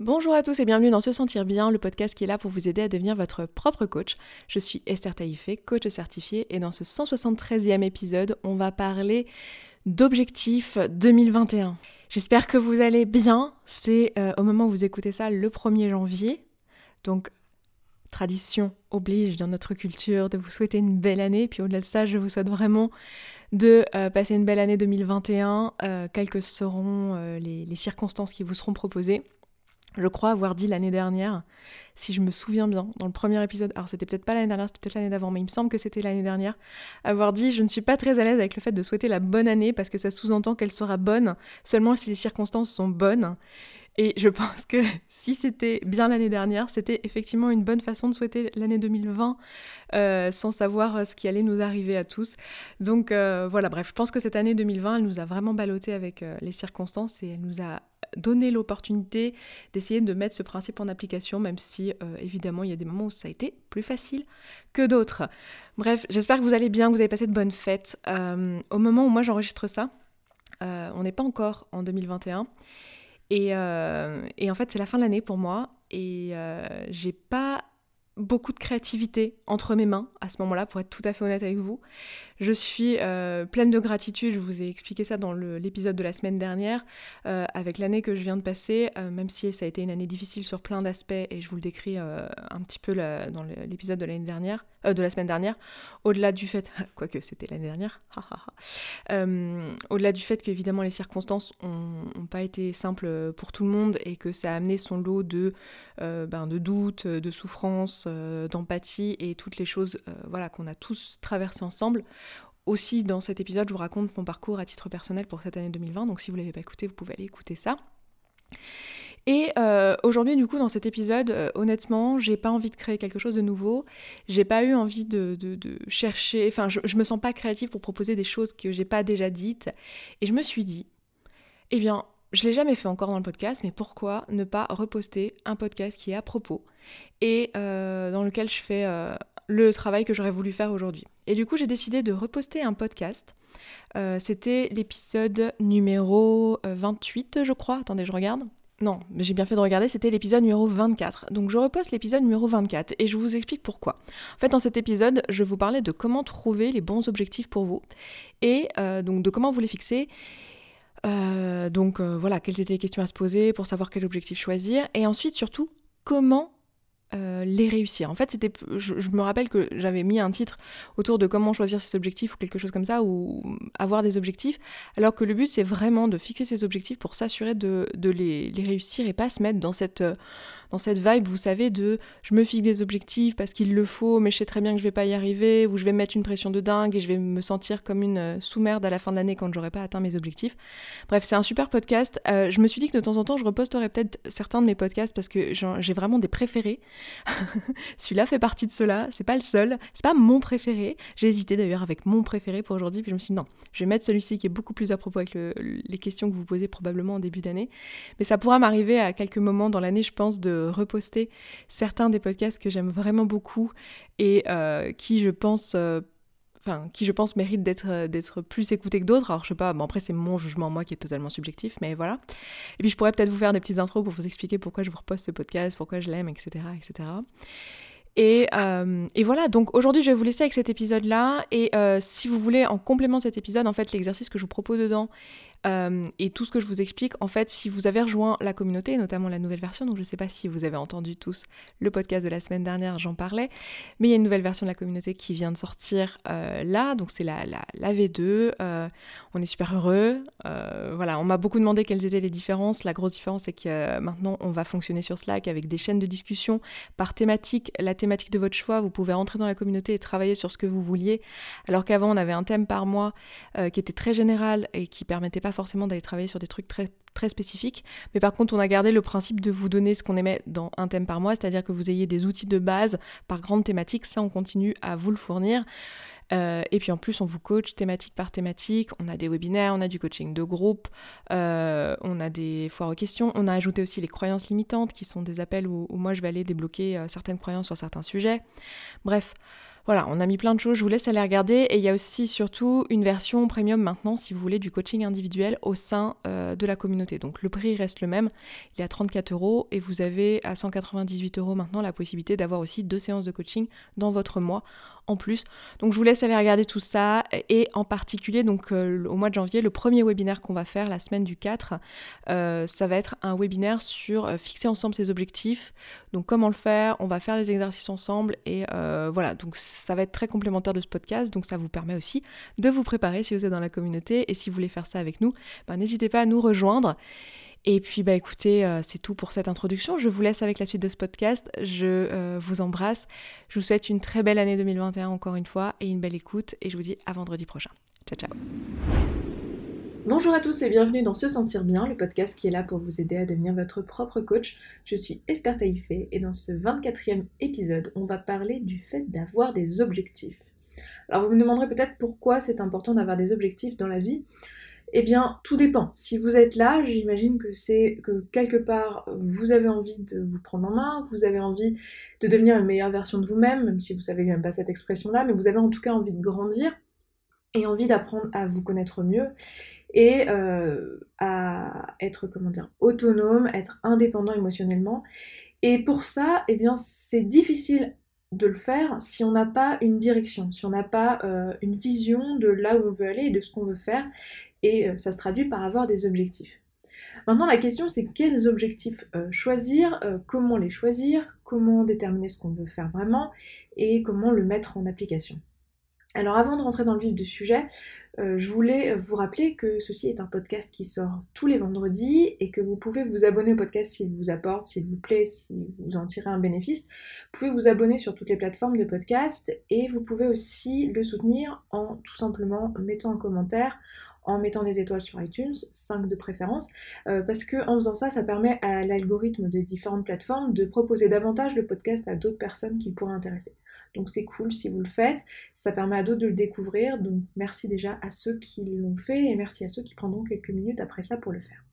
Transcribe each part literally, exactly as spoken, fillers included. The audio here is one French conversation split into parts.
Bonjour à tous et bienvenue dans Se Sentir Bien, le podcast qui est là pour vous aider à devenir votre propre coach. Je suis Esther Taïfé, coach certifiée, et dans ce cent soixante-treizième épisode, on va parler d'objectifs deux mille vingt et un. J'espère que vous allez bien. C'est euh, au moment où vous écoutez ça le premier janvier, donc tradition oblige dans notre culture de vous souhaiter une belle année. Puis au-delà de ça, je vous souhaite vraiment de euh, passer une belle année deux mille vingt et un, euh, quelles que seront euh, les, les circonstances qui vous seront proposées. Je crois avoir dit l'année dernière, si je me souviens bien, dans le premier épisode, alors c'était peut-être pas l'année dernière, c'était peut-être l'année d'avant, mais il me semble que c'était l'année dernière, avoir dit je ne suis pas très à l'aise avec le fait de souhaiter la bonne année parce que ça sous-entend qu'elle sera bonne seulement si les circonstances sont bonnes. Et je pense que si c'était bien l'année dernière, c'était effectivement une bonne façon de souhaiter l'année deux mille vingt euh, sans savoir ce qui allait nous arriver à tous. Donc euh, voilà, bref, je pense que cette année deux mille vingt, elle nous a vraiment ballotté avec euh, les circonstances et elle nous a donné l'opportunité d'essayer de mettre ce principe en application, même si euh, évidemment il y a des moments où ça a été plus facile que d'autres. Bref, j'espère que vous allez bien, que vous avez passé de bonnes fêtes. Euh, au moment où moi j'enregistre ça, euh, on n'est pas encore en deux mille vingt et un. Et, euh, et en fait, c'est la fin de l'année pour moi et euh, j'ai pas beaucoup de créativité entre mes mains à ce moment-là, pour être tout à fait honnête avec vous. Je suis euh, pleine de gratitude, je vous ai expliqué ça dans le, l'épisode de la semaine dernière, euh, avec l'année que je viens de passer, euh, même si ça a été une année difficile sur plein d'aspects, et je vous le décris euh, un petit peu là, dans l'épisode de l'année dernière, euh, de la semaine dernière, au-delà du fait, quoique c'était l'année dernière, euh, au-delà du fait qu'évidemment les circonstances n'ont pas été simples pour tout le monde, et que ça a amené son lot de, euh, ben, de doutes, de souffrances, euh, d'empathie, et toutes les choses euh, voilà, qu'on a tous traversées ensemble. Aussi, dans cet épisode, je vous raconte mon parcours à titre personnel pour cette année deux mille vingt, donc si vous ne l'avez pas écouté, vous pouvez aller écouter ça. Et euh, aujourd'hui, du coup, dans cet épisode, euh, honnêtement, j'ai pas envie de créer quelque chose de nouveau. J'ai pas eu envie de, de, de chercher... Enfin, je, je me sens pas créative pour proposer des choses que j'ai pas déjà dites. Et je me suis dit, eh bien, je l'ai jamais fait encore dans le podcast, mais pourquoi ne pas reposter un podcast qui est à propos et euh, dans lequel je fais euh, le travail que j'aurais voulu faire aujourd'hui. Et du coup, j'ai décidé de reposter un podcast. Euh, c'était l'épisode numéro vingt-huit, je crois. Attendez, je regarde. Non, mais j'ai bien fait de regarder, c'était l'épisode numéro vingt-quatre. Donc je reposte l'épisode numéro vingt-quatre et je vous explique pourquoi. En fait, dans cet épisode, je vous parlais de comment trouver les bons objectifs pour vous et euh, donc de comment vous les fixer. Euh, donc euh, voilà, quelles étaient les questions à se poser pour savoir quel objectif choisir, et ensuite surtout comment euh, les réussir. En fait, c'était, je, je me rappelle que j'avais mis un titre autour de comment choisir ses objectifs ou quelque chose comme ça, ou avoir des objectifs, alors que le but c'est vraiment de fixer ses objectifs pour s'assurer de, de les, les réussir et pas se mettre dans cette, dans cette vibe, vous savez, de je me fixe des objectifs parce qu'il le faut, mais je sais très bien que je vais pas y arriver, ou je vais me mettre une pression de dingue et je vais me sentir comme une sous-merde à la fin de l'année quand j'aurai pas atteint mes objectifs. Bref, c'est un super podcast. Euh, je me suis dit que de temps en temps, je reposterai peut-être certains de mes podcasts parce que j'ai vraiment des préférés. Celui-là fait partie de ceux-là, c'est pas le seul, c'est pas mon préféré. J'ai hésité d'ailleurs avec mon préféré pour aujourd'hui, puis je me suis dit non, je vais mettre celui-ci qui est beaucoup plus à propos avec le, les questions que vous posez probablement en début d'année. Mais ça pourra m'arriver à quelques moments dans l'année, je pense, de reposter certains des podcasts que j'aime vraiment beaucoup et euh, qui, je pense... Euh, Enfin, qui je pense mérite d'être, d'être plus écouté que d'autres. Alors je sais pas, bon après c'est mon jugement moi qui est totalement subjectif, mais voilà. Et puis je pourrais peut-être vous faire des petites intros pour vous expliquer pourquoi je vous reposte ce podcast, pourquoi je l'aime, et cetera, et cetera. Et, euh, et voilà, donc aujourd'hui je vais vous laisser avec cet épisode-là, et euh, si vous voulez, en complément de cet épisode, en fait l'exercice que je vous propose dedans, Euh, et tout ce que je vous explique, en fait, si vous avez rejoint la communauté, notamment la nouvelle version, donc je ne sais pas si vous avez entendu tous le podcast de la semaine dernière, j'en parlais, mais il y a une nouvelle version de la communauté qui vient de sortir euh, là, donc c'est la, la, la V deux, euh, on est super heureux, euh, voilà, on m'a beaucoup demandé quelles étaient les différences. La grosse différence c'est que euh, maintenant on va fonctionner sur Slack avec des chaînes de discussion par thématique, la thématique de votre choix, vous pouvez rentrer dans la communauté et travailler sur ce que vous vouliez, alors qu'avant on avait un thème par mois euh, qui était très général et qui permettait pas forcément d'aller travailler sur des trucs très, très spécifiques, mais par contre on a gardé le principe de vous donner ce qu'on aimait dans un thème par mois, c'est-à-dire que vous ayez des outils de base par grande thématique, ça on continue à vous le fournir. Euh, et puis en plus on vous coach thématique par thématique, on a des webinaires, on a du coaching de groupe, euh, on a des foires aux questions, on a ajouté aussi les croyances limitantes qui sont des appels où, où moi je vais aller débloquer euh, certaines croyances sur certains sujets. Bref, Voilà, on a mis plein de choses, je vous laisse aller regarder. Et il y a aussi surtout une version premium maintenant, si vous voulez, du coaching individuel au sein euh, de la communauté. Donc le prix reste le même, il est à trente-quatre euros et vous avez à cent quatre-vingt-dix-huit euros maintenant la possibilité d'avoir aussi deux séances de coaching dans votre mois en plus. Donc je vous laisse aller regarder tout ça et en particulier donc euh, au mois de janvier, le premier webinaire qu'on va faire la semaine du quatre, euh, ça va être un webinaire sur euh, fixer ensemble ses objectifs. Donc comment le faire, on va faire les exercices ensemble et euh, voilà, donc ça va être très complémentaire de ce podcast, donc ça vous permet aussi de vous préparer si vous êtes dans la communauté et si vous voulez faire ça avec nous, ben, n'hésitez pas à nous rejoindre. Et puis bah écoutez, euh, c'est tout pour cette introduction. Je vous laisse avec la suite de ce podcast. Je euh, vous embrasse. Je vous souhaite une très belle année deux mille vingt et un encore une fois et une belle écoute. Et je vous dis à vendredi prochain. Ciao, ciao. Bonjour à tous et bienvenue dans Se Sentir Bien, le podcast qui est là pour vous aider à devenir votre propre coach. Je suis Esther Taïfé et dans ce vingt-quatrième épisode, on va parler du fait d'avoir des objectifs. Alors vous me demanderez peut-être pourquoi c'est important d'avoir des objectifs dans la vie. Eh bien, tout dépend. Si vous êtes là, j'imagine que c'est que quelque part, vous avez envie de vous prendre en main, que vous avez envie de devenir une meilleure version de vous-même, même si vous savez même pas cette expression-là, mais vous avez en tout cas envie de grandir et envie d'apprendre à vous connaître mieux et euh, à être, comment dire, autonome, être indépendant émotionnellement. Et pour ça, eh bien, c'est difficile de le faire si on n'a pas une direction, si on n'a pas euh, une vision de là où on veut aller et de ce qu'on veut faire. Et euh, ça se traduit par avoir des objectifs. Maintenant, la question, c'est quels objectifs euh, choisir, euh, comment les choisir, comment déterminer ce qu'on veut faire vraiment, et comment le mettre en application. Alors avant de rentrer dans le vif du sujet, euh, je voulais vous rappeler que ceci est un podcast qui sort tous les vendredis et que vous pouvez vous abonner au podcast s'il vous apporte, s'il vous plaît, si vous en tirez un bénéfice. Vous pouvez vous abonner sur toutes les plateformes de podcast et vous pouvez aussi le soutenir en tout simplement mettant un commentaire, en mettant des étoiles sur iTunes, cinq de préférence, euh, parce que en faisant ça, ça permet à l'algorithme des différentes plateformes de proposer davantage le podcast à d'autres personnes qui pourraient intéresser. Donc c'est cool si vous le faites, ça permet à d'autres de le découvrir, donc merci déjà à ceux qui l'ont fait et merci à ceux qui prendront quelques minutes après ça pour le faire.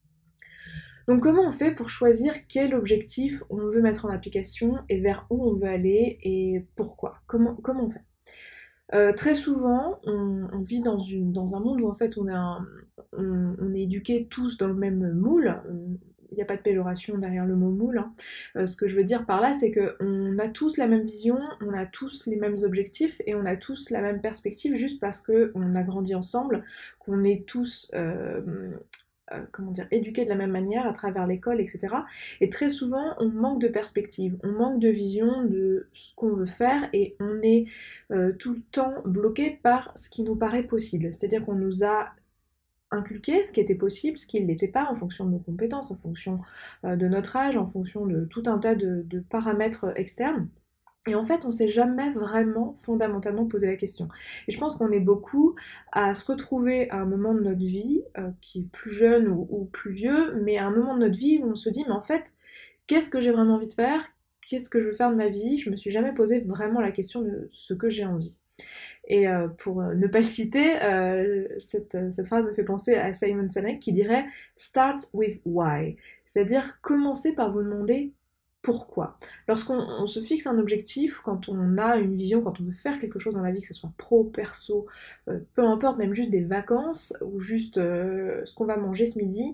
Donc comment on fait pour choisir quel objectif on veut mettre en application et vers où on veut aller et pourquoi ? Comment, comment on fait ? Euh, très souvent, on, on vit dans, une, dans un monde où en fait on est, un, on, on est éduqués tous dans le même moule. Il n'y a pas de péjoration derrière le mot moule. Hein. Euh, ce que je veux dire par là, c'est qu'on a tous la même vision, on a tous les mêmes objectifs et on a tous la même perspective juste parce qu'on a grandi ensemble, qu'on est tous... Euh, Euh, comment dire, éduqués de la même manière à travers l'école, et cetera. Et très souvent, on manque de perspective, on manque de vision de ce qu'on veut faire et on est euh, tout le temps bloqué par ce qui nous paraît possible. C'est-à-dire qu'on nous a inculqué ce qui était possible, ce qui ne l'était pas en fonction de nos compétences, en fonction euh, de notre âge, en fonction de tout un tas de, de paramètres externes. Et en fait, on ne s'est jamais vraiment fondamentalement posé la question. Et je pense qu'on est beaucoup à se retrouver à un moment de notre vie, euh, qui est plus jeune ou, ou plus vieux, mais à un moment de notre vie où on se dit, mais en fait, qu'est-ce que j'ai vraiment envie de faire ? Qu'est-ce que je veux faire de ma vie ? Je ne me suis jamais posé vraiment la question de ce que j'ai envie. Et euh, pour ne pas le citer, euh, cette, cette phrase me fait penser à Simon Sinek qui dirait « Start with why », c'est-à-dire commencer par vous demander pourquoi. Lorsqu'on on se fixe un objectif, quand on a une vision, quand on veut faire quelque chose dans la vie, que ce soit pro, perso, euh, peu importe, même juste des vacances ou juste euh, ce qu'on va manger ce midi,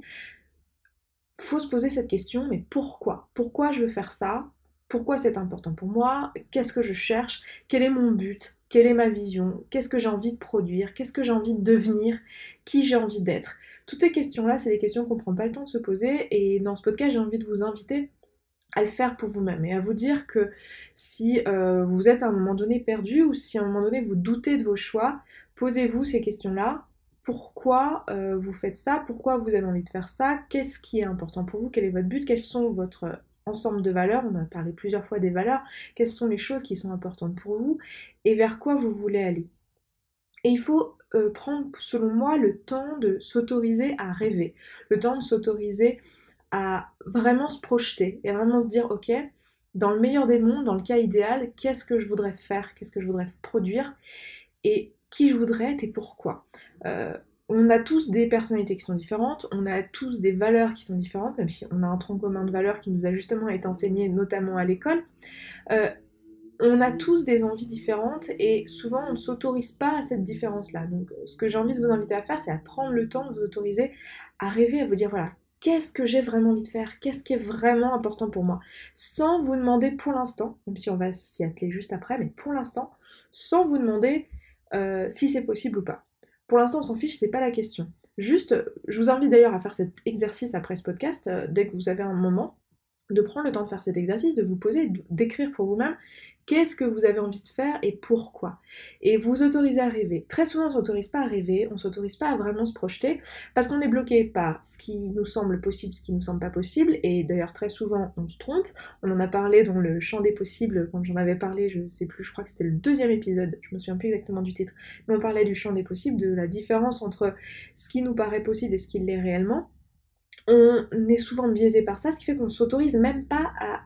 faut se poser cette question, mais pourquoi ? Pourquoi je veux faire ça ? Pourquoi c'est important pour moi ? Qu'est-ce que je cherche ? Quel est mon but ? Quelle est ma vision ? Qu'est-ce que j'ai envie de produire ? Qu'est-ce que j'ai envie de devenir ? Qui j'ai envie d'être ? Toutes ces questions-là, c'est des questions qu'on ne prend pas le temps de se poser, et dans ce podcast, j'ai envie de vous inviter à le faire pour vous-même et à vous dire que si euh, vous êtes à un moment donné perdu ou si à un moment donné vous doutez de vos choix, posez-vous ces questions-là. Pourquoi euh, vous faites ça ? Pourquoi vous avez envie de faire ça ? Qu'est-ce qui est important pour vous ? Quel est votre but ? Quels sont votre ensemble de valeurs ? On a parlé plusieurs fois des valeurs. Quelles sont les choses qui sont importantes pour vous ? Et vers quoi vous voulez aller ? Et il faut euh, prendre, selon moi, le temps de s'autoriser à rêver, le temps de s'autoriser à vraiment se projeter et à vraiment se dire, ok, dans le meilleur des mondes, dans le cas idéal, qu'est-ce que je voudrais faire, qu'est-ce que je voudrais produire et qui je voudrais être et pourquoi. Euh, on a tous des personnalités qui sont différentes, on a tous des valeurs qui sont différentes, même si on a un tronc commun de valeurs qui nous a justement été enseigné notamment à l'école. Euh, on a tous des envies différentes et souvent on ne s'autorise pas à cette différence-là. Donc ce que j'ai envie de vous inviter à faire, c'est à prendre le temps de vous autoriser à rêver, à vous dire voilà, qu'est-ce que j'ai vraiment envie de faire? Qu'est-ce qui est vraiment important pour moi? Sans vous demander pour l'instant, même si on va s'y atteler juste après, mais pour l'instant, sans vous demander euh, si c'est possible ou pas. Pour l'instant, on s'en fiche, c'est pas la question. Juste, je vous invite d'ailleurs à faire cet exercice après ce podcast, euh, dès que vous avez un moment, de prendre le temps de faire cet exercice, de vous poser, d'écrire pour vous-même qu'est-ce que vous avez envie de faire et pourquoi. Et vous autorisez à rêver. Très souvent, on ne s'autorise pas à rêver, on ne s'autorise pas à vraiment se projeter, parce qu'on est bloqué par ce qui nous semble possible, ce qui ne nous semble pas possible, et d'ailleurs très souvent, on se trompe. On en a parlé dans le champ des possibles, quand j'en avais parlé, je ne sais plus, je crois que c'était le deuxième épisode, je me souviens plus exactement du titre, mais on parlait du champ des possibles, de la différence entre ce qui nous paraît possible et ce qui l'est réellement. On est souvent biaisé par ça, ce qui fait qu'on ne s'autorise même pas à,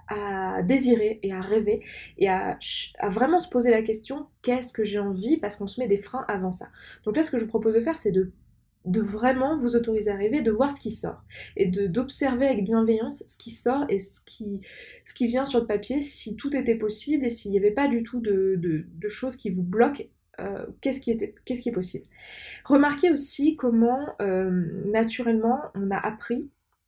à désirer et à rêver et à, à vraiment se poser la question qu'est-ce que j'ai envie, parce qu'on se met des freins avant ça. Donc là, ce que je vous propose de faire, c'est de, de vraiment vous autoriser à rêver, de voir ce qui sort et de, d'observer avec bienveillance ce qui sort et ce qui, ce qui vient sur le papier, si tout était possible et s'il n'y avait pas du tout de, de, de choses qui vous bloquent. Euh, qu'est-ce, qui était, qu'est-ce qui est possible. Remarquez aussi comment euh, naturellement on a appris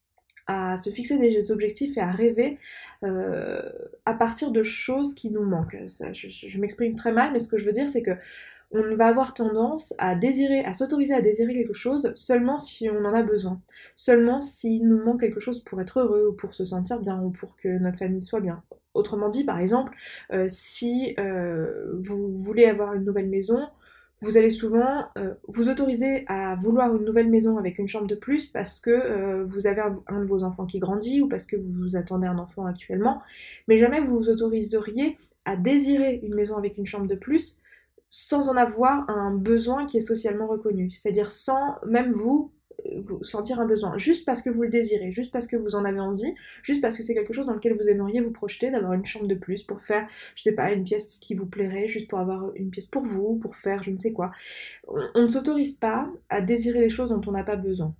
à se fixer des objectifs et à rêver euh, à partir de choses qui nous manquent. Ça, je, je m'exprime très mal, mais ce que je veux dire, c'est que on va avoir tendance à désirer, à s'autoriser à désirer quelque chose seulement si on en a besoin, seulement s'il nous manque quelque chose pour être heureux ou pour se sentir bien ou pour que notre famille soit bien. Autrement dit, par exemple, euh, si euh, vous voulez avoir une nouvelle maison, vous allez souvent euh, vous autoriser à vouloir une nouvelle maison avec une chambre de plus parce que euh, vous avez un, un de vos enfants qui grandit ou parce que vous attendez un enfant actuellement, mais jamais vous vous autoriseriez à désirer une maison avec une chambre de plus sans en avoir un besoin qui est socialement reconnu, c'est-à-dire sans même vous, vous sentir un besoin, juste parce que vous le désirez, juste parce que vous en avez envie, juste parce que c'est quelque chose dans lequel vous aimeriez vous projeter, d'avoir une chambre de plus pour faire, je sais pas, une pièce qui vous plairait, juste pour avoir une pièce pour vous, pour faire je ne sais quoi. On, on ne s'autorise pas à désirer des choses dont on n'a pas besoin.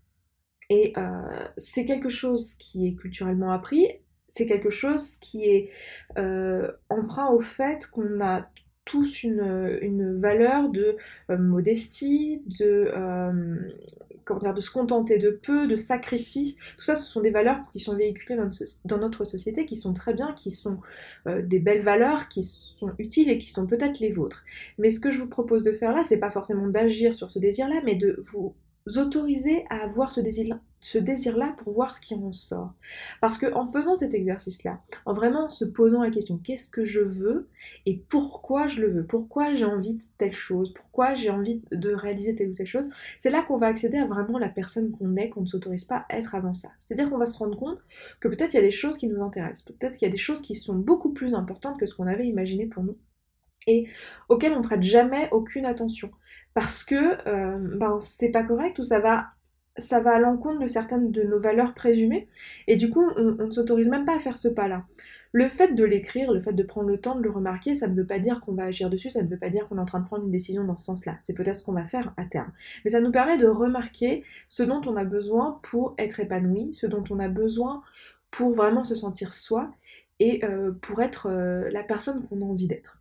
Et euh, c'est quelque chose qui est culturellement appris, c'est quelque chose qui est euh, emprunt au fait qu'on a tous une, une valeur de euh, modestie, de, euh, comment dire, de se contenter de peu, de sacrifice. Tout ça, ce sont des valeurs qui sont véhiculées dans, dans notre société, qui sont très bien, qui sont euh, des belles valeurs, qui sont utiles et qui sont peut-être les vôtres. Mais ce que je vous propose de faire là, c'est pas forcément d'agir sur ce désir-là, mais de vous autoriser à avoir ce désir, ce désir-là pour voir ce qui en sort. Parce qu'en faisant cet exercice-là, en vraiment se posant la question qu'est-ce que je veux et pourquoi je le veux, pourquoi j'ai envie de telle chose, pourquoi j'ai envie de réaliser telle ou telle chose, c'est là qu'on va accéder à vraiment la personne qu'on est, qu'on ne s'autorise pas à être avant ça. C'est-à-dire qu'on va se rendre compte que peut-être il y a des choses qui nous intéressent, peut-être qu'il y a des choses qui sont beaucoup plus importantes que ce qu'on avait imaginé pour nous et auxquelles on prête jamais aucune attention. Parce que euh, ben, c'est pas correct ou ça va, ça va à l'encontre de certaines de nos valeurs présumées et du coup on, on ne s'autorise même pas à faire ce pas-là. Le fait de l'écrire, le fait de prendre le temps de le remarquer, ça ne veut pas dire qu'on va agir dessus, ça ne veut pas dire qu'on est en train de prendre une décision dans ce sens-là. C'est peut-être ce qu'on va faire à terme. Mais ça nous permet de remarquer ce dont on a besoin pour être épanoui, ce dont on a besoin pour vraiment se sentir soi et euh, pour être euh, la personne qu'on a envie d'être.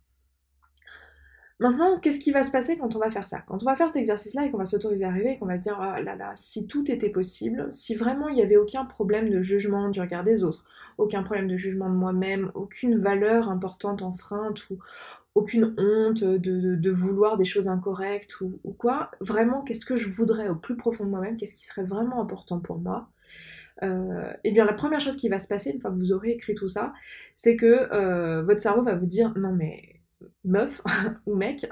Maintenant, qu'est-ce qui va se passer quand on va faire ça? Quand on va faire cet exercice-là et qu'on va s'autoriser à rêver et qu'on va se dire oh là là, si tout était possible, si vraiment il n'y avait aucun problème de jugement du regard des autres, aucun problème de jugement de moi-même, aucune valeur importante enfreinte ou aucune honte de, de, de vouloir des choses incorrectes ou, ou quoi, vraiment qu'est-ce que je voudrais au plus profond de moi-même, qu'est-ce qui serait vraiment important pour moi? Euh, et bien la première chose qui va se passer une fois que vous aurez écrit tout ça, c'est que euh, votre cerveau va vous dire non mais meuf ou mec,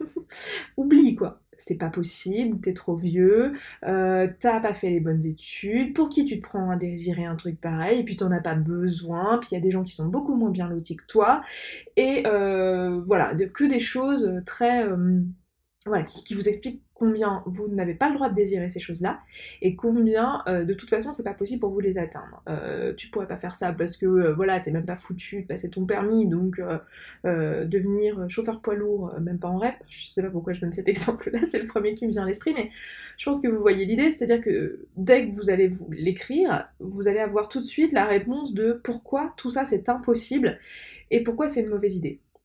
oublie quoi, c'est pas possible, t'es trop vieux, euh, t'as pas fait les bonnes études, pour qui tu te prends à désirer un truc pareil, et puis t'en as pas besoin, puis il y a des gens qui sont beaucoup moins bien lotis que toi, et euh, voilà, de, que des choses très... Euh, voilà, qui, qui vous expliquent combien vous n'avez pas le droit de désirer ces choses-là et combien euh, de toute façon c'est pas possible pour vous de les atteindre. Euh, tu pourrais pas faire ça parce que euh, voilà, t'es même pas foutu de passer ton permis, donc euh, euh, devenir chauffeur poids lourd, euh, même pas en rêve. Je sais pas pourquoi je donne cet exemple-là, c'est le premier qui me vient à l'esprit, mais je pense que vous voyez l'idée, c'est-à-dire que dès que vous allez vous l'écrire, vous allez avoir tout de suite la réponse de pourquoi tout ça c'est impossible et pourquoi c'est une mauvaise idée.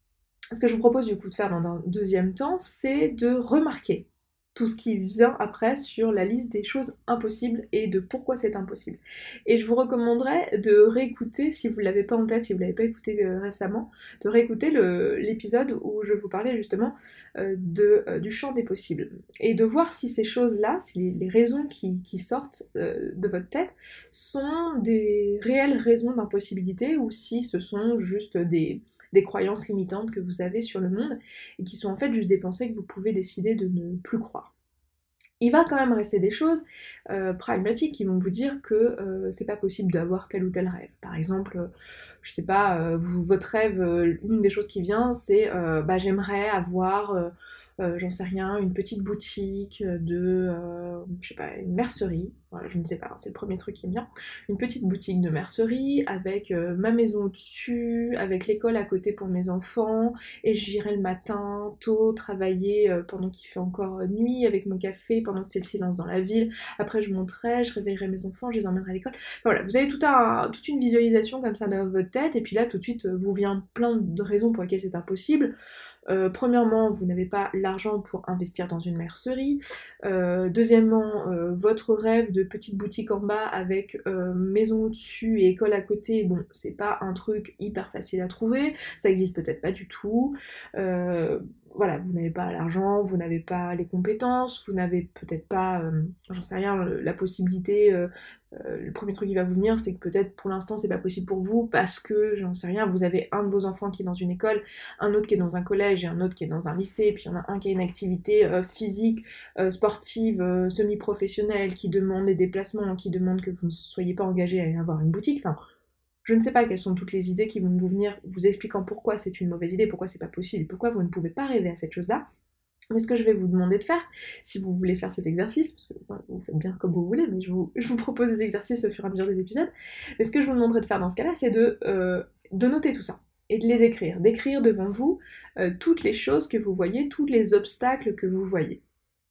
Ce que je vous propose du coup de faire dans un deuxième temps, c'est de remarquer tout ce qui vient après sur la liste des choses impossibles et de pourquoi c'est impossible. Et je vous recommanderais de réécouter, si vous ne l'avez pas en tête, si vous ne l'avez pas écouté euh, récemment, de réécouter le, l'épisode où je vous parlais justement euh, de, euh, du champ des possibles. Et de voir si ces choses-là, si les, les raisons qui, qui sortent euh, de votre tête sont des réelles raisons d'impossibilité ou si ce sont juste des, des croyances limitantes que vous avez sur le monde et qui sont en fait juste des pensées que vous pouvez décider de ne plus croire. Il va quand même rester des choses euh, pragmatiques qui vont vous dire que euh, c'est pas possible d'avoir tel ou tel rêve. Par exemple, euh, je sais pas, euh, vous, votre rêve, euh, une des choses qui vient, c'est euh, bah j'aimerais avoir, euh, euh, j'en sais rien, une petite boutique de, euh, je sais pas, une mercerie. Voilà, je ne sais pas, c'est le premier truc qui me vient. Une petite boutique de mercerie avec euh, ma maison au-dessus, avec l'école à côté pour mes enfants, et j'irai le matin tôt travailler euh, pendant qu'il fait encore nuit avec mon café, pendant que c'est le silence dans la ville. Après je monterai, je réveillerai mes enfants, je les emmènerai à l'école. Enfin, voilà, vous avez tout un, toute une visualisation comme ça dans votre tête, et puis là tout de suite vous vient plein de raisons pour lesquelles c'est impossible. Euh, premièrement, vous n'avez pas l'argent pour investir dans une mercerie. Euh, deuxièmement, euh, votre rêve de petite boutique en bas avec euh, maison au-dessus et école à côté, bon, c'est pas un truc hyper facile à trouver, ça existe peut-être pas du tout. Euh, voilà, vous n'avez pas l'argent, vous n'avez pas les compétences, vous n'avez peut-être pas, euh, j'en sais rien, la possibilité. Euh, euh, le premier truc qui va vous venir, c'est que peut-être pour l'instant c'est pas possible pour vous parce que, j'en sais rien, vous avez un de vos enfants qui est dans une école, un autre qui est dans un collège et un autre qui est dans un lycée, et puis il y en a un qui a une activité euh, physique, euh, sportive, euh, semi-professionnelle, qui demande des déplacements, qui demande que vous ne soyez pas engagé à avoir une boutique. Enfin, je ne sais pas quelles sont toutes les idées qui vont vous venir vous expliquant pourquoi c'est une mauvaise idée, pourquoi c'est pas possible, pourquoi vous ne pouvez pas rêver à cette chose-là. Mais ce que je vais vous demander de faire, si vous voulez faire cet exercice, parce que ouais, vous faites bien comme vous voulez, mais je vous, je vous propose des exercices au fur et à mesure des épisodes, mais ce que je vous demanderai de faire dans ce cas-là, c'est de, euh, de noter tout ça, et de les écrire, d'écrire devant vous euh, toutes les choses que vous voyez, tous les obstacles que vous voyez.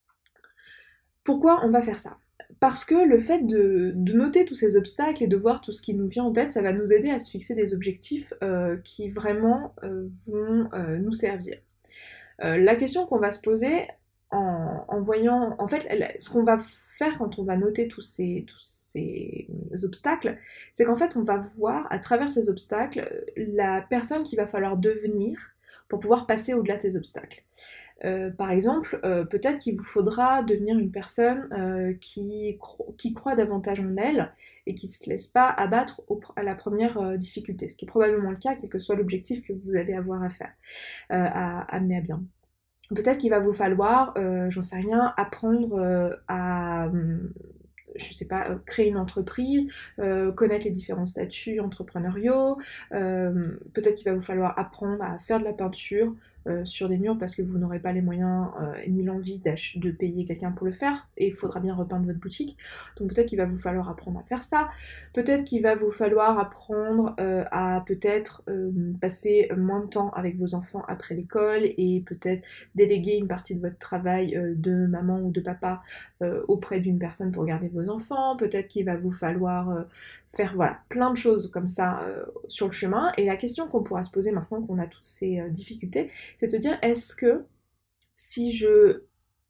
Pourquoi on va faire ça ? Parce que le fait de, de noter tous ces obstacles et de voir tout ce qui nous vient en tête, ça va nous aider à se fixer des objectifs euh, qui vraiment euh, vont euh, nous servir. Euh, la question qu'on va se poser en, en voyant, en fait, ce qu'on va faire quand on va noter tous ces, tous ces obstacles, c'est qu'en fait, on va voir à travers ces obstacles la personne qu'il va falloir devenir pour pouvoir passer au-delà de ces obstacles. Euh, par exemple, euh, peut-être qu'il vous faudra devenir une personne euh, qui, cro- qui croit davantage en elle et qui ne se laisse pas abattre au, à la première euh, difficulté, ce qui est probablement le cas, quel que soit l'objectif que vous allez avoir à faire, euh, à, à amener à bien. Peut-être qu'il va vous falloir, euh, j'en sais rien, apprendre euh, à... Hum, je sais pas, euh, créer une entreprise, euh, connaître les différents statuts entrepreneuriaux, euh, peut-être qu'il va vous falloir apprendre à faire de la peinture euh, sur des murs parce que vous n'aurez pas les moyens euh, ni l'envie de payer quelqu'un pour le faire et il faudra bien repeindre votre boutique. Donc peut-être qu'il va vous falloir apprendre à faire ça, peut-être qu'il va vous falloir apprendre euh, à peut-être euh, passer moins de temps avec vos enfants après l'école et peut-être déléguer une partie de votre travail euh, de maman ou de papa euh, auprès d'une personne pour garder vos enfants, peut-être qu'il va vous falloir euh, faire voilà, plein de choses comme ça euh, sur le chemin. Et la question qu'on pourra se poser maintenant qu'on a toutes ces euh, difficultés, c'est de se dire, est-ce que si je,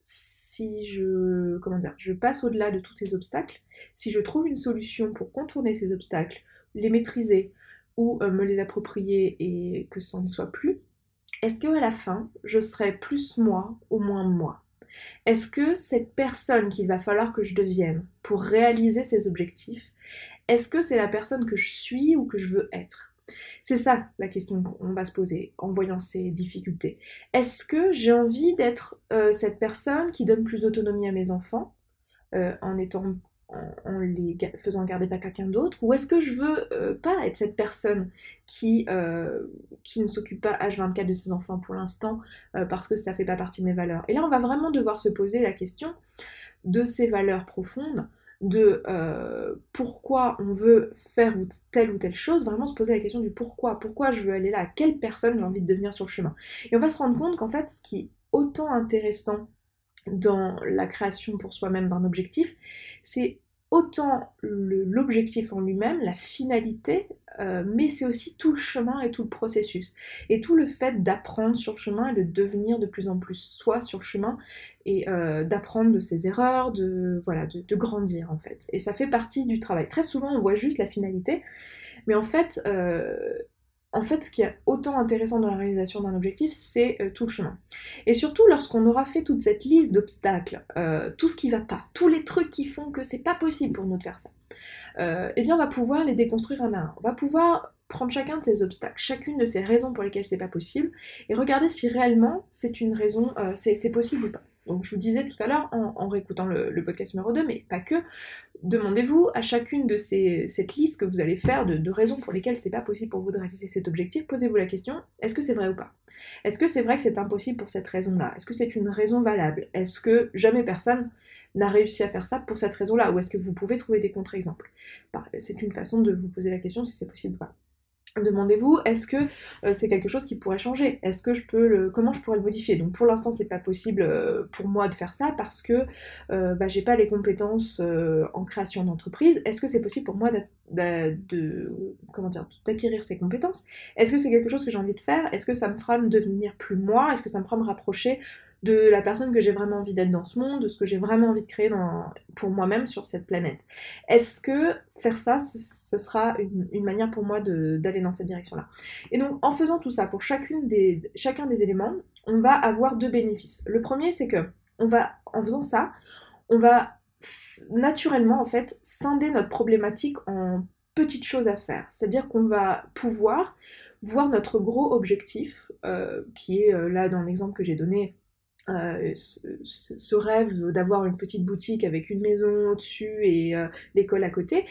si je, comment dire, je passe au-delà de tous ces obstacles, si je trouve une solution pour contourner ces obstacles, les maîtriser ou euh, me les approprier et que ça ne soit plus, est-ce qu'à la fin, je serai plus moi ou moins moi ? Est-ce que cette personne qu'il va falloir que je devienne pour réaliser ces objectifs, est-ce que c'est la personne que je suis ou que je veux être ? C'est ça la question qu'on va se poser en voyant ces difficultés. Est-ce que j'ai envie d'être euh, cette personne qui donne plus d'autonomie à mes enfants euh, en étant en, en les ga- faisant garder par quelqu'un d'autre, ou est-ce que je veux euh, pas être cette personne qui, euh, qui ne s'occupe pas H vingt-quatre de ses enfants pour l'instant euh, parce que ça fait pas partie de mes valeurs. Et là on va vraiment devoir se poser la question de ces valeurs profondes, de euh, pourquoi on veut faire ou telle ou telle chose, vraiment se poser la question du pourquoi, pourquoi je veux aller là, quelle personne j'ai envie de devenir sur le chemin. Et on va se rendre compte qu'en fait ce qui est autant intéressant dans la création pour soi-même d'un objectif, c'est autant le, l'objectif en lui-même, la finalité, euh, mais c'est aussi tout le chemin et tout le processus. Et tout le fait d'apprendre sur le chemin et de devenir de plus en plus soi sur le chemin et euh, d'apprendre de ses erreurs, de, voilà, de, de grandir en fait. Et ça fait partie du travail. Très souvent on voit juste la finalité, mais en fait... Euh, En fait, ce qui est autant intéressant dans la réalisation d'un objectif, c'est euh, tout le chemin. Et surtout, lorsqu'on aura fait toute cette liste d'obstacles, euh, tout ce qui va pas, tous les trucs qui font que c'est pas possible pour nous de faire ça, euh, eh bien, on va pouvoir les déconstruire un à un. On va pouvoir prendre chacun de ces obstacles, chacune de ces raisons pour lesquelles c'est pas possible, et regarder si réellement c'est une raison, euh, c'est, c'est possible ou pas. Donc je vous disais tout à l'heure, en, en réécoutant le, le podcast numéro deux, mais pas que, demandez-vous à chacune de ces, cette liste que vous allez faire de, de raisons pour lesquelles c'est pas possible pour vous de réaliser cet objectif, posez-vous la question, est-ce que c'est vrai ou pas? Est-ce que c'est vrai que c'est impossible pour cette raison-là? Est-ce que c'est une raison valable? Est-ce que jamais personne n'a réussi à faire ça pour cette raison-là? Ou est-ce que vous pouvez trouver des contre-exemples? C'est une façon de vous poser la question si c'est possible ou pas. Demandez-vous, est-ce que euh, c'est quelque chose qui pourrait changer? Est-ce que je peux le... Comment je pourrais le modifier? Donc pour l'instant c'est pas possible euh, pour moi de faire ça parce que euh, bah, j'ai pas les compétences euh, en création d'entreprise. Est-ce que c'est possible pour moi de, de, comment dire, d'acquérir ces compétences? Est-ce que c'est quelque chose que j'ai envie de faire? Est-ce que ça me fera me devenir plus moi? Est-ce que ça me fera me rapprocher de la personne que j'ai vraiment envie d'être dans ce monde, de ce que j'ai vraiment envie de créer dans, pour moi-même sur cette planète? Est-ce que faire ça, ce, ce sera une, une manière pour moi de, d'aller dans cette direction-là? Et donc, en faisant tout ça, pour chacune des, chacun des éléments, on va avoir deux bénéfices. Le premier, c'est que, on va, en faisant ça, on va naturellement, en fait, scinder notre problématique en petites choses à faire. C'est-à-dire qu'on va pouvoir voir notre gros objectif, euh, qui est, euh, là, dans l'exemple que j'ai donné, Euh, ce, ce rêve d'avoir une petite boutique avec une maison au-dessus et euh, l'école à côté,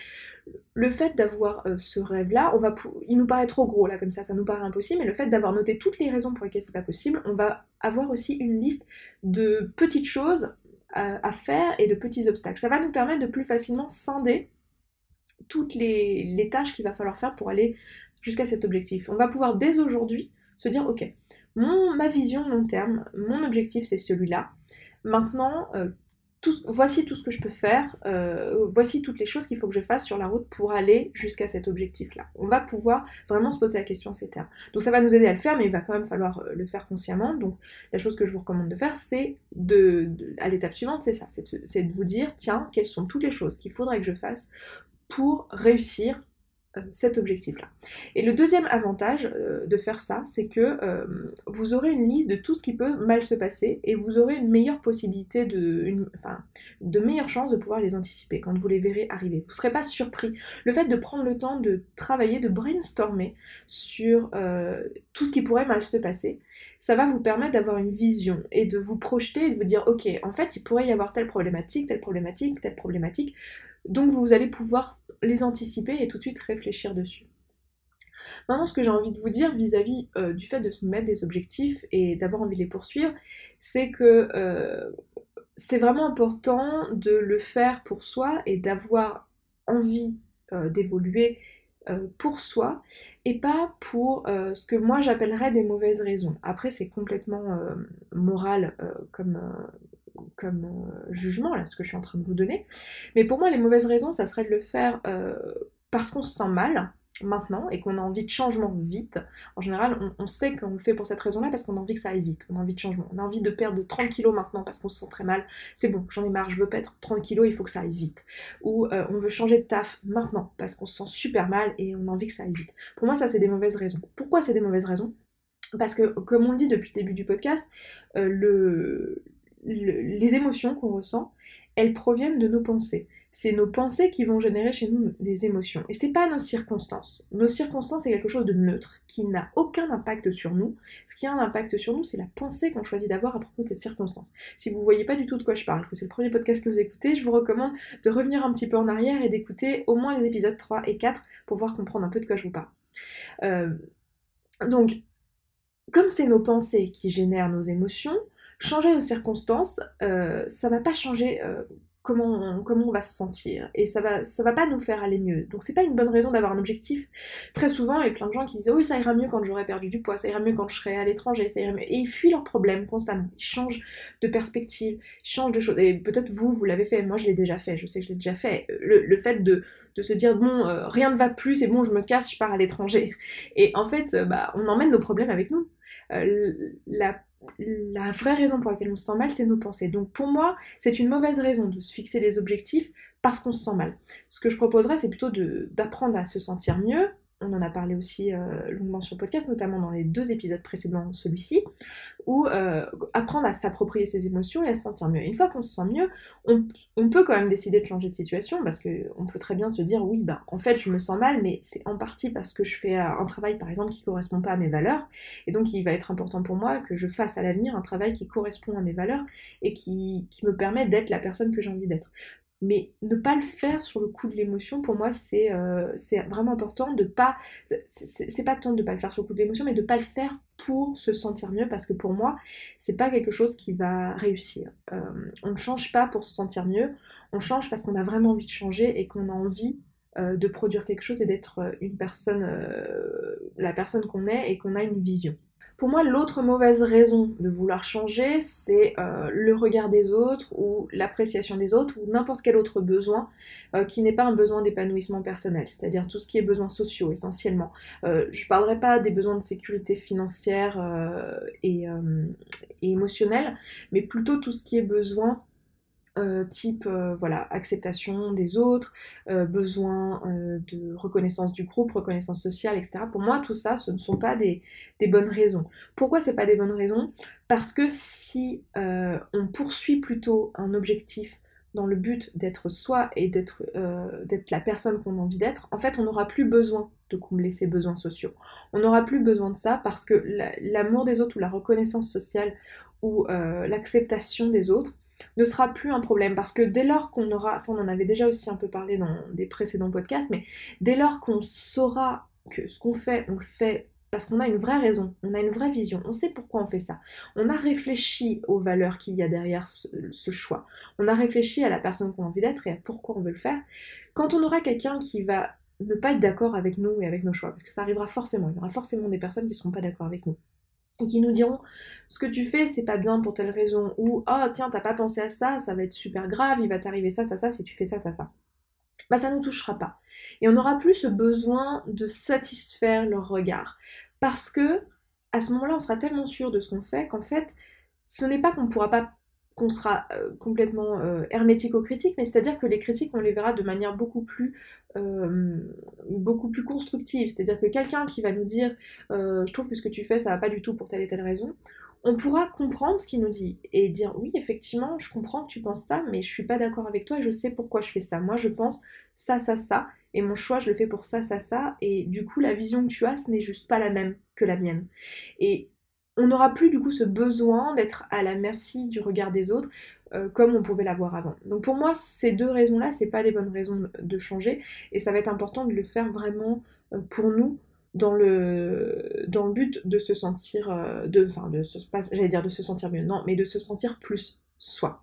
le fait d'avoir euh, ce rêve-là, on va pou- il nous paraît trop gros là comme ça, ça nous paraît impossible, mais le fait d'avoir noté toutes les raisons pour lesquelles c'est pas possible, on va avoir aussi une liste de petites choses à, à faire et de petits obstacles. Ça va nous permettre de plus facilement scinder toutes les, les tâches qu'il va falloir faire pour aller jusqu'à cet objectif. On va pouvoir dès aujourd'hui se dire, ok, mon, ma vision long terme, mon objectif c'est celui-là. Maintenant, euh, tout, voici tout ce que je peux faire, euh, voici toutes les choses qu'il faut que je fasse sur la route pour aller jusqu'à cet objectif-là. On va pouvoir vraiment se poser la question en ces termes. Donc ça va nous aider à le faire, mais il va quand même falloir le faire consciemment. Donc la chose que je vous recommande de faire, c'est de, de à l'étape suivante, c'est ça, c'est de, c'est de vous dire, tiens, quelles sont toutes les choses qu'il faudrait que je fasse pour réussir euh, cet objectif-là. Et le deuxième avantage euh, de faire ça, c'est que euh, vous aurez une liste de tout ce qui peut mal se passer et vous aurez une meilleure possibilité, de, une, enfin, de meilleures chances de pouvoir les anticiper quand vous les verrez arriver. Vous ne serez pas surpris. Le fait de prendre le temps de travailler, de brainstormer sur euh, tout ce qui pourrait mal se passer, ça va vous permettre d'avoir une vision et de vous projeter et de vous dire, ok, en fait, il pourrait y avoir telle problématique, telle problématique, telle problématique. Donc vous allez pouvoir les anticiper et tout de suite réfléchir dessus. Maintenant, ce que j'ai envie de vous dire vis-à-vis euh, du fait de se mettre des objectifs et d'avoir envie de les poursuivre, c'est que euh, c'est vraiment important de le faire pour soi et d'avoir envie euh, d'évoluer euh, pour soi et pas pour euh, ce que moi j'appellerais des mauvaises raisons. Après, c'est complètement euh, moral euh, comme... Euh, comme euh, jugement, là, ce que je suis en train de vous donner. Mais pour moi, les mauvaises raisons, ça serait de le faire euh, parce qu'on se sent mal, maintenant, et qu'on a envie de changement vite. En général, on, on sait qu'on le fait pour cette raison-là parce qu'on a envie que ça aille vite, on a envie de changement. On a envie de perdre trente kilos maintenant parce qu'on se sent très mal. C'est bon, j'en ai marre, je veux perdre trente kilos, il faut que ça aille vite. Ou euh, on veut changer de taf maintenant parce qu'on se sent super mal et on a envie que ça aille vite. Pour moi, ça, c'est des mauvaises raisons. Pourquoi c'est des mauvaises raisons? Parce que, comme on le dit depuis le début du podcast, euh, le... Le, les émotions qu'on ressent, elles proviennent de nos pensées. C'est nos pensées qui vont générer chez nous des émotions. Et c'est pas nos circonstances. Nos circonstances, c'est quelque chose de neutre, qui n'a aucun impact sur nous. Ce qui a un impact sur nous, c'est la pensée qu'on choisit d'avoir à propos de cette circonstance. Si vous voyez pas du tout de quoi je parle, que c'est le premier podcast que vous écoutez, je vous recommande de revenir un petit peu en arrière et d'écouter au moins les épisodes trois et quatre pour pouvoir comprendre un peu de quoi je vous parle. Euh, donc, comme c'est nos pensées qui génèrent nos émotions, changer nos circonstances, euh, ça va pas changer euh, comment on, comment on va se sentir, et ça va, ça va pas nous faire aller mieux. Donc c'est pas une bonne raison d'avoir un objectif. Très souvent, il y a plein de gens qui disent oui, ça ira mieux quand j'aurai perdu du poids, ça ira mieux quand je serai à l'étranger, ça ira mieux, et ils fuient leurs problèmes constamment, ils changent de perspective, ils changent de choses, et peut-être vous, vous l'avez fait, moi je l'ai déjà fait, je sais que je l'ai déjà fait, le, le fait de, de se dire bon, euh, rien ne va plus, c'est bon, je me casse, je pars à l'étranger, et en fait, euh, bah, on emmène nos problèmes avec nous. Euh, la La vraie raison pour laquelle on se sent mal, c'est nos pensées. Donc pour moi, c'est une mauvaise raison de se fixer des objectifs parce qu'on se sent mal. Ce que je proposerais, c'est plutôt de, d'apprendre à se sentir mieux. On en a parlé aussi euh, longuement sur le podcast, notamment dans les deux épisodes précédents, celui-ci, où euh, apprendre à s'approprier ses émotions et à se sentir mieux. Une fois qu'on se sent mieux, on, on peut quand même décider de changer de situation, parce qu'on peut très bien se dire, oui, ben, en fait, je me sens mal, mais c'est en partie parce que je fais un travail, par exemple, qui ne correspond pas à mes valeurs, et donc il va être important pour moi que je fasse à l'avenir un travail qui correspond à mes valeurs et qui, qui me permet d'être la personne que j'ai envie d'être. Mais ne pas le faire sur le coup de l'émotion, pour moi, c'est euh, c'est vraiment important de pas... C'est, c'est, c'est pas tant de pas le faire sur le coup de l'émotion, mais de pas le faire pour se sentir mieux, parce que pour moi, c'est pas quelque chose qui va réussir. Euh, on ne change pas pour se sentir mieux, on change parce qu'on a vraiment envie de changer et qu'on a envie euh, de produire quelque chose et d'être une personne, euh, la personne qu'on est, et qu'on a une vision. Pour moi, l'autre mauvaise raison de vouloir changer, c'est euh, le regard des autres ou l'appréciation des autres ou n'importe quel autre besoin euh, qui n'est pas un besoin d'épanouissement personnel, c'est-à-dire tout ce qui est besoins sociaux essentiellement. Euh, je ne parlerai pas des besoins de sécurité financière euh, et, euh, et émotionnelle, mais plutôt tout ce qui est besoin Euh, type euh, voilà, acceptation des autres, euh, besoin euh, de reconnaissance du groupe, reconnaissance sociale, et cetera. Pour moi, tout ça, ce ne sont pas des, des bonnes raisons. Pourquoi c'est pas des bonnes raisons? Parce que si euh, on poursuit plutôt un objectif dans le but d'être soi et d'être, euh, d'être la personne qu'on a envie d'être, en fait, on n'aura plus besoin de combler ses besoins sociaux. On n'aura plus besoin de ça parce que la, l'amour des autres ou la reconnaissance sociale ou euh, l'acceptation des autres ne sera plus un problème, parce que dès lors qu'on aura, ça on en avait déjà aussi un peu parlé dans des précédents podcasts, mais dès lors qu'on saura que ce qu'on fait, on le fait parce qu'on a une vraie raison, on a une vraie vision, on sait pourquoi on fait ça, on a réfléchi aux valeurs qu'il y a derrière ce, ce choix, on a réfléchi à la personne qu'on a envie d'être et à pourquoi on veut le faire. Quand on aura quelqu'un qui va ne pas être d'accord avec nous et avec nos choix, parce que ça arrivera forcément, il y aura forcément des personnes qui ne seront pas d'accord avec nous, et qui nous diront ce que tu fais c'est pas bien pour telle raison, ou oh tiens t'as pas pensé à ça, ça va être super grave, il va t'arriver ça, ça, ça si tu fais ça, ça, ça. Bah ça ne nous touchera pas. Et on n'aura plus ce besoin de satisfaire leur regard. Parce que à ce moment-là on sera tellement sûr de ce qu'on fait qu'en fait ce n'est pas qu'on ne pourra pas qu'on sera euh, complètement euh, hermétique aux critiques, mais c'est-à-dire que les critiques, on les verra de manière beaucoup plus, euh, beaucoup plus constructive. C'est-à-dire que quelqu'un qui va nous dire euh, « je trouve que ce que tu fais, ça va pas du tout pour telle et telle raison », on pourra comprendre ce qu'il nous dit et dire « oui, effectivement, je comprends que tu penses ça, mais je suis pas d'accord avec toi et je sais pourquoi je fais ça. Moi, je pense ça, ça, ça, et mon choix, je le fais pour ça, ça, ça, et du coup, la vision que tu as, ce n'est juste pas la même que la mienne. » Et on n'aura plus du coup ce besoin d'être à la merci du regard des autres euh, comme on pouvait l'avoir avant. Donc pour moi, ces deux raisons-là, c'est pas les bonnes raisons de changer, et ça va être important de le faire vraiment euh, pour nous, dans le, dans le but de se sentir, euh, de, enfin, de se, pas, j'allais dire de se sentir mieux, non, mais de se sentir plus soi.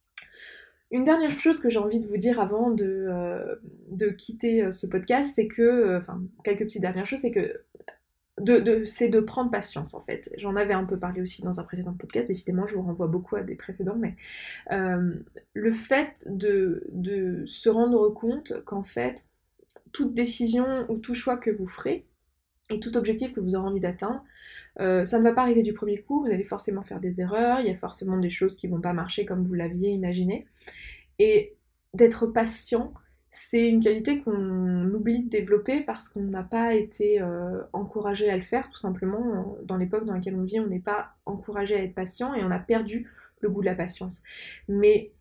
Une dernière chose que j'ai envie de vous dire avant de, euh, de quitter ce podcast, c'est que, euh, enfin, quelques petites dernières choses, c'est que De, de, c'est de prendre patience en fait. J'en avais un peu parlé aussi dans un précédent podcast, décidément je vous renvoie beaucoup à des précédents, mais euh, le fait de, de se rendre compte qu'en fait toute décision ou tout choix que vous ferez et tout objectif que vous aurez envie d'atteindre, euh, ça ne va pas arriver du premier coup, vous allez forcément faire des erreurs, il y a forcément des choses qui vont pas marcher comme vous l'aviez imaginé, et d'être patient, c'est une qualité qu'on oublie de développer parce qu'on n'a pas été euh, encouragé à le faire, tout simplement. Dans l'époque dans laquelle on vit, on n'est pas encouragé à être patient et on a perdu le goût de la patience. Mais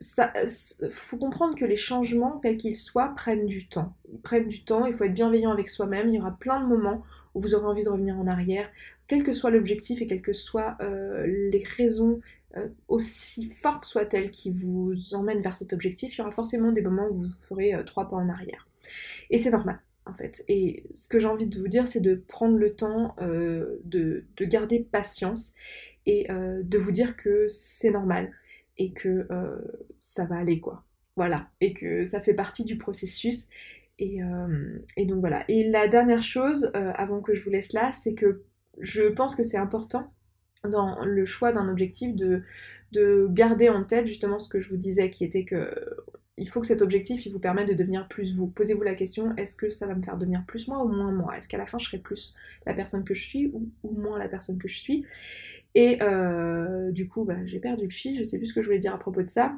il faut comprendre que les changements, quels qu'ils soient, prennent du temps. Ils prennent du temps, il faut être bienveillant avec soi-même, il y aura plein de moments où vous aurez envie de revenir en arrière, quel que soit l'objectif et quelles que soient euh, les raisons, Euh, aussi forte soit-elle qui vous emmène vers cet objectif, il y aura forcément des moments où vous ferez euh, trois pas en arrière. Et c'est normal, en fait. Et ce que j'ai envie de vous dire, c'est de prendre le temps euh, de, de garder patience et euh, de vous dire que c'est normal. et que euh, ça va aller quoi. Voilà, et que ça fait partie du processus. Et, euh, et donc voilà. Et la dernière chose, euh, avant que je vous laisse là, c'est que je pense que c'est important dans le choix d'un objectif de, de garder en tête justement ce que je vous disais, qui était que il faut que cet objectif il vous permette de devenir plus vous. Posez-vous la question, est-ce que ça va me faire devenir plus moi ou moins moi? Est-ce qu'à la fin je serai plus la personne que je suis ou, ou moins la personne que je suis? Et euh, du coup, bah, j'ai perdu le fil, je sais plus ce que je voulais dire à propos de ça.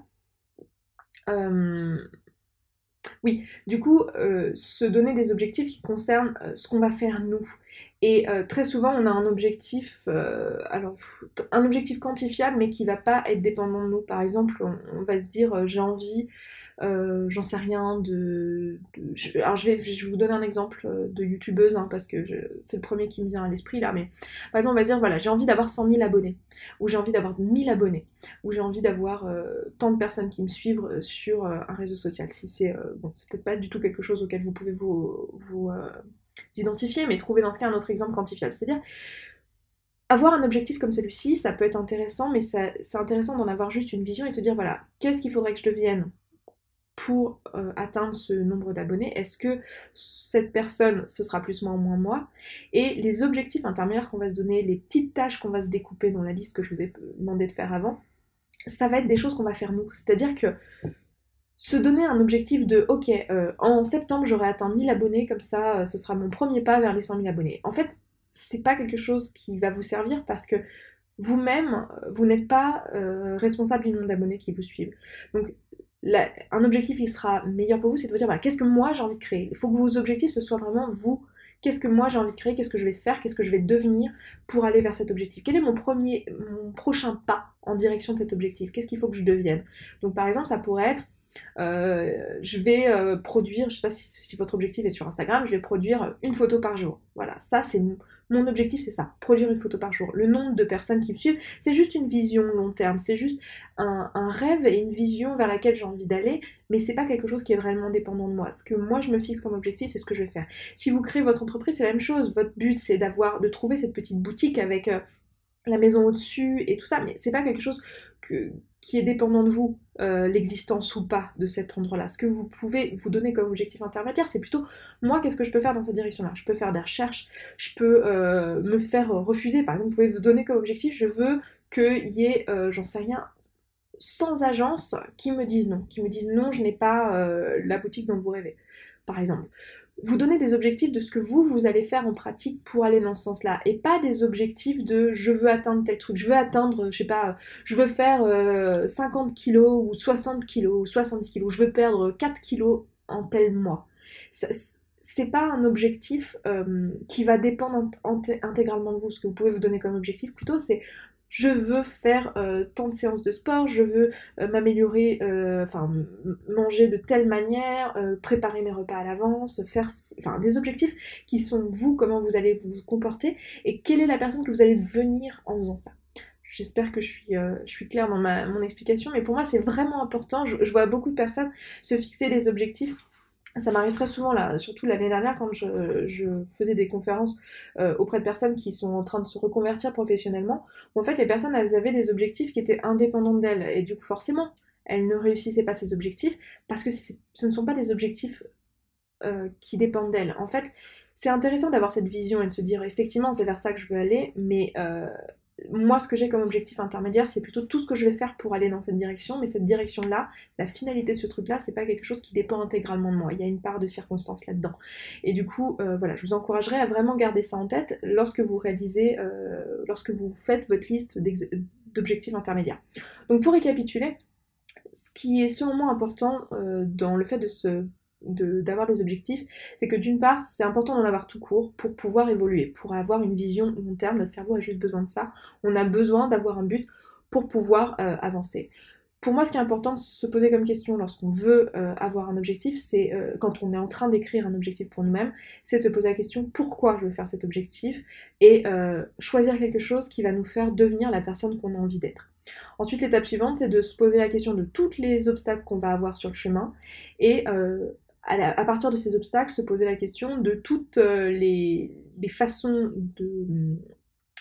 Euh, oui, du coup, euh, se donner des objectifs qui concernent euh, ce qu'on va faire nous. Et euh, très souvent, on a un objectif, euh, alors un objectif quantifiable, mais qui va pas être dépendant de nous. Par exemple, on, on va se dire, euh, j'ai envie, euh, j'en sais rien, de, de je, alors je vais, je vais vous donner un exemple de youtubeuse, hein, parce que je, c'est le premier qui me vient à l'esprit là, mais par exemple, on va se dire, voilà, j'ai envie d'avoir cent mille abonnés, ou j'ai envie d'avoir mille abonnés, ou j'ai envie d'avoir euh, tant de personnes qui me suivent euh, sur euh, un réseau social. Si c'est, euh, bon, c'est peut-être pas du tout quelque chose auquel vous pouvez vous, vous euh, identifier, mais trouver dans ce cas un autre exemple quantifiable. C'est-à-dire, avoir un objectif comme celui-ci, ça peut être intéressant, mais ça, c'est intéressant d'en avoir juste une vision et de se dire, voilà, qu'est-ce qu'il faudrait que je devienne pour euh, atteindre ce nombre d'abonnés? Est-ce que cette personne, ce sera plus moi ou moins moi? Et les objectifs intermédiaires qu'on va se donner, les petites tâches qu'on va se découper dans la liste que je vous ai demandé de faire avant, ça va être des choses qu'on va faire nous. C'est-à-dire que se donner un objectif de ok, euh, en septembre j'aurai atteint mille abonnés, comme ça euh, ce sera mon premier pas vers les cent mille abonnés. En fait, c'est pas quelque chose qui va vous servir parce que vous-même, vous n'êtes pas euh, responsable du nombre d'abonnés qui vous suivent. Donc, la, un objectif qui sera meilleur pour vous, c'est de vous dire voilà, qu'est-ce que moi j'ai envie de créer? Il faut que vos objectifs ce soit vraiment vous. Qu'est-ce que moi j'ai envie de créer? Qu'est-ce que je vais faire? Qu'est-ce que je vais devenir pour aller vers cet objectif? Quel est mon premier, mon prochain pas en direction de cet objectif? Qu'est-ce qu'il faut que je devienne? Donc, par exemple, ça pourrait être euh, je vais euh, produire, je sais pas si, si votre objectif est sur Instagram, je vais produire une photo par jour. Voilà, ça c'est mon, mon objectif, c'est ça, produire une photo par jour. Le nombre de personnes qui me suivent, c'est juste une vision long terme, c'est juste un, un rêve et une vision vers laquelle j'ai envie d'aller, mais c'est pas quelque chose qui est vraiment dépendant de moi. Ce que moi je me fixe comme objectif, c'est ce que je vais faire. Si vous créez votre entreprise, c'est la même chose. Votre but c'est d'avoir, de trouver cette petite boutique avec euh, la maison au-dessus et tout ça, mais c'est pas quelque chose que, qui est dépendant de vous, euh, l'existence ou pas de cet endroit-là. Ce que vous pouvez vous donner comme objectif intermédiaire, c'est plutôt, moi, qu'est-ce que je peux faire dans cette direction-là? Je peux faire des recherches, je peux euh, me faire refuser. Par exemple, vous pouvez vous donner comme objectif, je veux qu'il y ait, euh, j'en sais rien, cent agences qui me disent non, qui me disent non, je n'ai pas euh, la boutique dont vous rêvez, par exemple. Vous donnez des objectifs de ce que vous, vous allez faire en pratique pour aller dans ce sens-là, et pas des objectifs de je veux atteindre tel truc, je veux atteindre, je sais pas, je veux faire euh, cinquante kilos ou soixante kilos ou soixante-dix kilos, je veux perdre quatre kilos en tel mois. Ça, c'est pas un objectif euh, qui va dépendre intégralement de vous. Ce que vous pouvez vous donner comme objectif plutôt, c'est je veux faire euh, tant de séances de sport, je veux euh, m'améliorer, euh, enfin m- manger de telle manière, euh, préparer mes repas à l'avance, faire, enfin des objectifs qui sont vous, comment vous allez vous comporter et quelle est la personne que vous allez devenir en faisant ça. J'espère que je suis, euh, je suis claire dans ma, mon explication, mais pour moi c'est vraiment important. Je, je vois beaucoup de personnes se fixer des objectifs. Ça m'arrive très souvent, là, surtout l'année dernière, quand je, je faisais des conférences euh, auprès de personnes qui sont en train de se reconvertir professionnellement, où en fait les personnes elles avaient des objectifs qui étaient indépendants d'elles, et du coup forcément elles ne réussissaient pas ces objectifs, parce que ce ne sont pas des objectifs euh, qui dépendent d'elles. En fait, c'est intéressant d'avoir cette vision et de se dire effectivement c'est vers ça que je veux aller, mais euh, moi ce que j'ai comme objectif intermédiaire c'est plutôt tout ce que je vais faire pour aller dans cette direction, mais cette direction là, la finalité de ce truc là, c'est pas quelque chose qui dépend intégralement de moi, il y a une part de circonstance là-dedans, et du coup euh, voilà, je vous encouragerais à vraiment garder ça en tête lorsque vous réalisez euh, lorsque vous faites votre liste d'objectifs intermédiaires. Donc pour récapituler, ce qui est selon moi important euh, dans le fait de se De, d'avoir des objectifs, c'est que d'une part c'est important d'en avoir tout court pour pouvoir évoluer, pour avoir une vision long terme. Notre cerveau a juste besoin de ça, on a besoin d'avoir un but pour pouvoir euh, avancer. Pour moi ce qui est important de se poser comme question lorsqu'on veut euh, avoir un objectif, c'est euh, quand on est en train d'écrire un objectif pour nous-mêmes, c'est de se poser la question pourquoi je veux faire cet objectif et euh, choisir quelque chose qui va nous faire devenir la personne qu'on a envie d'être. Ensuite, l'étape suivante, c'est de se poser la question de tous les obstacles qu'on va avoir sur le chemin et euh, à, la, à partir de ces obstacles, se poser la question de toutes euh, les, les façons de,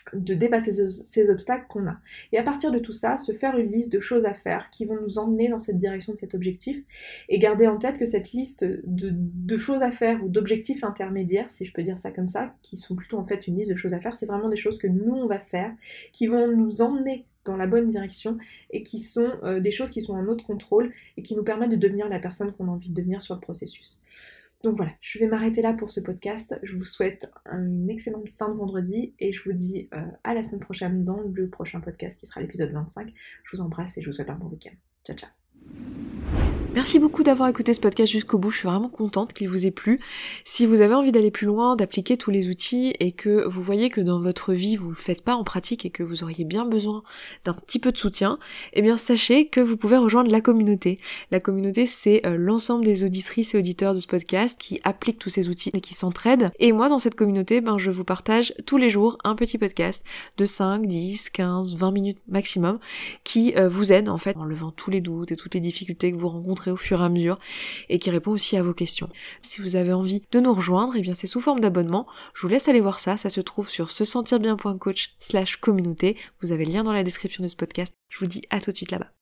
de dépasser ces obstacles qu'on a. Et à partir de tout ça, se faire une liste de choses à faire qui vont nous emmener dans cette direction de cet objectif, et garder en tête que cette liste de, de choses à faire ou d'objectifs intermédiaires, si je peux dire ça comme ça, qui sont plutôt en fait une liste de choses à faire, c'est vraiment des choses que nous on va faire, qui vont nous emmener dans la bonne direction et qui sont euh, des choses qui sont en notre contrôle et qui nous permettent de devenir la personne qu'on a envie de devenir sur le processus. Donc voilà, je vais m'arrêter là pour ce podcast. Je vous souhaite une excellente fin de vendredi et je vous dis euh, à la semaine prochaine dans le prochain podcast qui sera l'épisode vingt-cinq. Je vous embrasse et je vous souhaite un bon week-end. Ciao, ciao. Merci beaucoup d'avoir écouté ce podcast jusqu'au bout, je suis vraiment contente qu'il vous ait plu. Si vous avez envie d'aller plus loin, d'appliquer tous les outils et que vous voyez que dans votre vie vous le faites pas en pratique et que vous auriez bien besoin d'un petit peu de soutien, eh bien sachez que vous pouvez rejoindre la communauté. La communauté, c'est euh, l'ensemble des auditrices et auditeurs de ce podcast qui appliquent tous ces outils et qui s'entraident. Et moi dans cette communauté, ben je vous partage tous les jours un petit podcast de cinq, dix, quinze, vingt minutes maximum qui euh, vous aide en fait en levant tous les doutes et toutes les difficultés que vous rencontrez au fur et à mesure et qui répond aussi à vos questions. Si vous avez envie de nous rejoindre, eh bien c'est sous forme d'abonnement. Je vous laisse aller voir ça, ça se trouve sur se sentir bien point coach slash communauté. Vous avez le lien dans la description de ce podcast. Je vous dis à tout de suite là-bas.